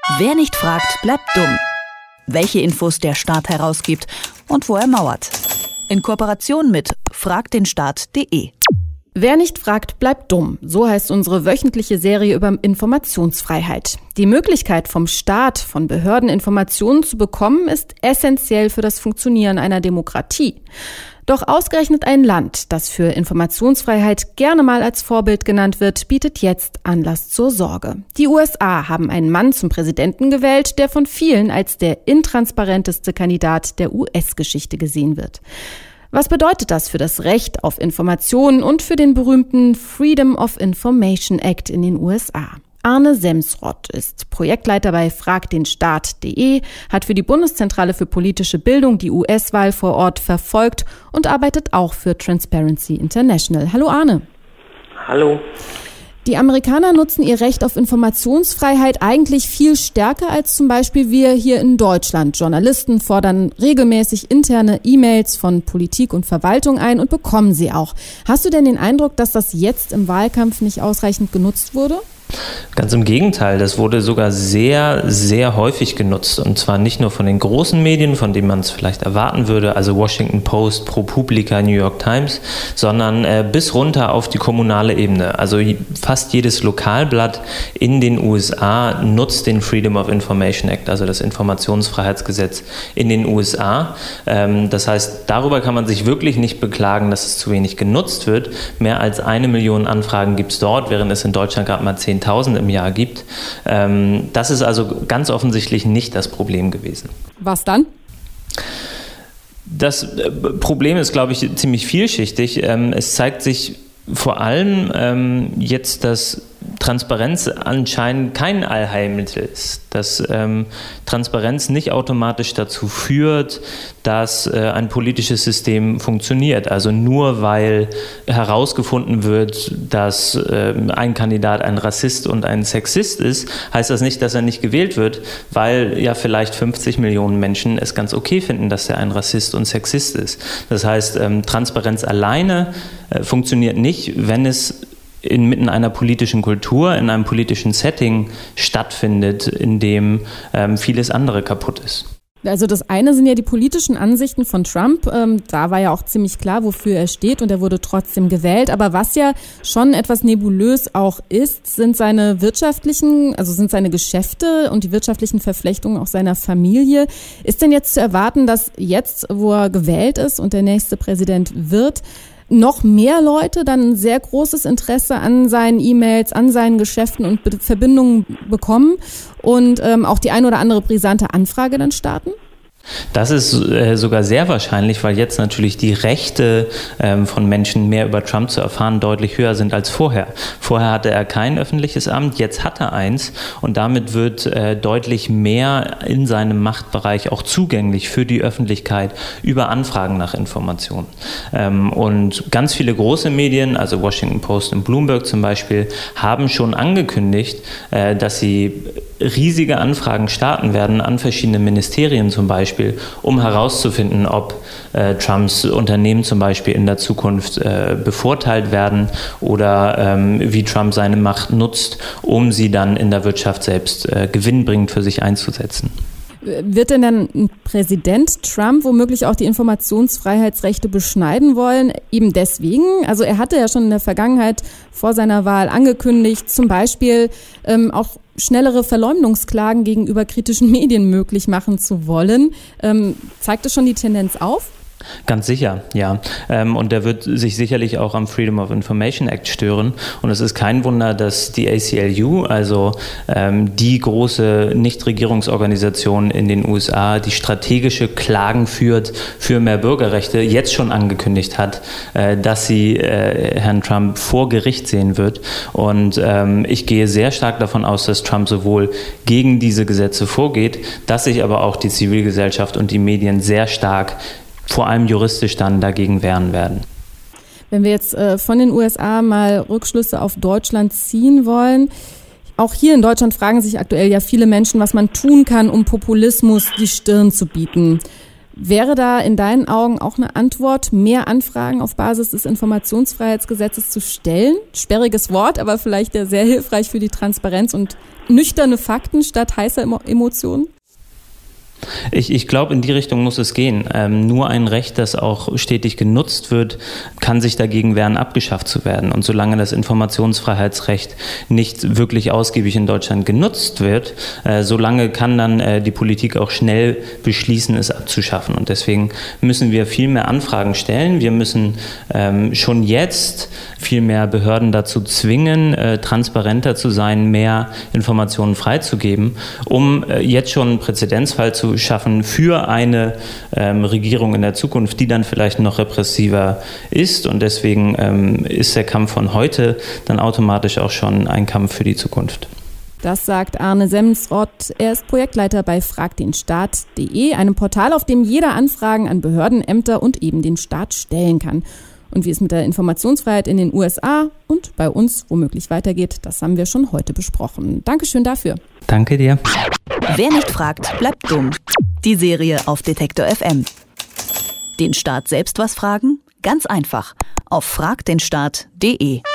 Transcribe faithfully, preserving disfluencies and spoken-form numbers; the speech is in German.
Wer nicht fragt, bleibt dumm. Welche Infos der Staat herausgibt und wo er mauert. In Kooperation mit frag den staat punkt de. Wer nicht fragt, bleibt dumm. So heißt unsere wöchentliche Serie über Informationsfreiheit. Die Möglichkeit vom Staat, von Behörden Informationen zu bekommen, ist essentiell für das Funktionieren einer Demokratie. Doch ausgerechnet ein Land, das für Informationsfreiheit gerne mal als Vorbild genannt wird, bietet jetzt Anlass zur Sorge. Die U S A haben einen Mann zum Präsidenten gewählt, der von vielen als der intransparenteste Kandidat der U S-Geschichte gesehen wird. Was bedeutet das für das Recht auf Informationen und für den berühmten Freedom of Information Act in den U S A? Arne Semsrott ist Projektleiter bei frag den staat punkt de, hat für die Bundeszentrale für politische Bildung die U S-Wahl vor Ort verfolgt und arbeitet auch für Transparency International. Hallo Arne. Hallo. Die Amerikaner nutzen ihr Recht auf Informationsfreiheit eigentlich viel stärker als zum Beispiel wir hier in Deutschland. Journalisten fordern regelmäßig interne E-Mails von Politik und Verwaltung ein und bekommen sie auch. Hast du denn den Eindruck, dass das jetzt im Wahlkampf nicht ausreichend genutzt wurde? Ganz im Gegenteil, das wurde sogar sehr, sehr häufig genutzt. Und zwar nicht nur von den großen Medien, von denen man es vielleicht erwarten würde, also Washington Post, ProPublica, New York Times, sondern äh, bis runter auf die kommunale Ebene. Also fast jedes Lokalblatt in den U S A nutzt den Freedom of Information Act, also das Informationsfreiheitsgesetz in den U S A. Ähm, das heißt, darüber kann man sich wirklich nicht beklagen, dass es zu wenig genutzt wird. Mehr als eine Million Anfragen gibt es dort, während es in Deutschland gerade mal zehntausend im Jahr gibt. Das ist also ganz offensichtlich nicht das Problem gewesen. Was dann? Das Problem ist, glaube ich, ziemlich vielschichtig. Es zeigt sich vor allem jetzt, dass Transparenz anscheinend kein Allheilmittel ist, dass ähm, Transparenz nicht automatisch dazu führt, dass äh, ein politisches System funktioniert. Also nur weil herausgefunden wird, dass äh, ein Kandidat ein Rassist und ein Sexist ist, heißt das nicht, dass er nicht gewählt wird, weil ja vielleicht fünfzig Millionen Menschen es ganz okay finden, dass er ein Rassist und Sexist ist. Das heißt, ähm, Transparenz alleine äh, funktioniert nicht, wenn es inmitten einer politischen Kultur, in einem politischen Setting stattfindet, in dem ähm, vieles andere kaputt ist. Also das eine sind ja die politischen Ansichten von Trump. Ähm, da war ja auch ziemlich klar, wofür er steht und er wurde trotzdem gewählt. Aber was ja schon etwas nebulös auch ist, sind seine wirtschaftlichen, also sind seine Geschäfte und die wirtschaftlichen Verflechtungen auch seiner Familie. Ist denn jetzt zu erwarten, dass jetzt, wo er gewählt ist und der nächste Präsident wird, noch mehr Leute dann ein sehr großes Interesse an seinen E-Mails, an seinen Geschäften und Be- Verbindungen bekommen und ähm, auch die ein oder andere brisante Anfrage dann starten? Das ist äh, sogar sehr wahrscheinlich, weil jetzt natürlich die Rechte ähm, von Menschen, mehr über Trump zu erfahren, deutlich höher sind als vorher. Vorher hatte er kein öffentliches Amt, jetzt hat er eins und damit wird äh, deutlich mehr in seinem Machtbereich auch zugänglich für die Öffentlichkeit über Anfragen nach Informationen. Ähm, und ganz viele große Medien, also Washington Post und Bloomberg zum Beispiel, haben schon angekündigt, äh, dass sie riesige Anfragen starten werden an verschiedene Ministerien zum Beispiel, um herauszufinden, ob äh, Trumps Unternehmen zum Beispiel in der Zukunft äh, bevorteilt werden oder ähm, wie Trump seine Macht nutzt, um sie dann in der Wirtschaft selbst äh, gewinnbringend für sich einzusetzen. Wird denn dann Präsident Trump womöglich auch die Informationsfreiheitsrechte beschneiden wollen? Eben deswegen, also er hatte ja schon in der Vergangenheit vor seiner Wahl angekündigt, zum Beispiel ähm, auch schnellere Verleumdungsklagen gegenüber kritischen Medien möglich machen zu wollen. Ähm, zeigt es schon die Tendenz auf? Ganz sicher, ja. Ähm, und der wird sich sicherlich auch am Freedom of Information Act stören. Und es ist kein Wunder, dass die A C L U, also ähm, die große Nichtregierungsorganisation in den U S A, die strategische Klagen führt für mehr Bürgerrechte, jetzt schon angekündigt hat, äh, dass sie äh, Herrn Trump vor Gericht sehen wird. Und ähm, ich gehe sehr stark davon aus, dass Trump sowohl gegen diese Gesetze vorgeht, dass sich aber auch die Zivilgesellschaft und die Medien sehr stark vor allem juristisch dann dagegen wehren werden. Wenn wir jetzt äh, von den U S A mal Rückschlüsse auf Deutschland ziehen wollen, auch hier in Deutschland fragen sich aktuell ja viele Menschen, was man tun kann, um Populismus die Stirn zu bieten. Wäre da in deinen Augen auch eine Antwort, mehr Anfragen auf Basis des Informationsfreiheitsgesetzes zu stellen? Sperriges Wort, aber vielleicht ja sehr hilfreich für die Transparenz und nüchterne Fakten statt heißer Emotionen? Ich, ich glaube, in die Richtung muss es gehen. Ähm, nur ein Recht, das auch stetig genutzt wird, kann sich dagegen wehren, abgeschafft zu werden. Und solange das Informationsfreiheitsrecht nicht wirklich ausgiebig in Deutschland genutzt wird, äh, solange kann dann äh, die Politik auch schnell beschließen, es abzuschaffen. Und deswegen müssen wir viel mehr Anfragen stellen. Wir müssen ähm, schon jetzt viel mehr Behörden dazu zwingen, äh, transparenter zu sein, mehr Informationen freizugeben, um äh, jetzt schon einen Präzedenzfall zu schaffen für eine ähm, Regierung in der Zukunft, die dann vielleicht noch repressiver ist. Und deswegen ähm, ist der Kampf von heute dann automatisch auch schon ein Kampf für die Zukunft. Das sagt Arne Semsrott. Er ist Projektleiter bei frag den staat punkt de, einem Portal, auf dem jeder Anfragen an Behörden, Ämter und eben den Staat stellen kann. Und wie es mit der Informationsfreiheit in den U S A und bei uns womöglich weitergeht, das haben wir schon heute besprochen. Dankeschön dafür. Danke dir. Wer nicht fragt, bleibt dumm. Die Serie auf Detektor F M. Den Staat selbst was fragen? Ganz einfach. Auf frag den staat punkt de.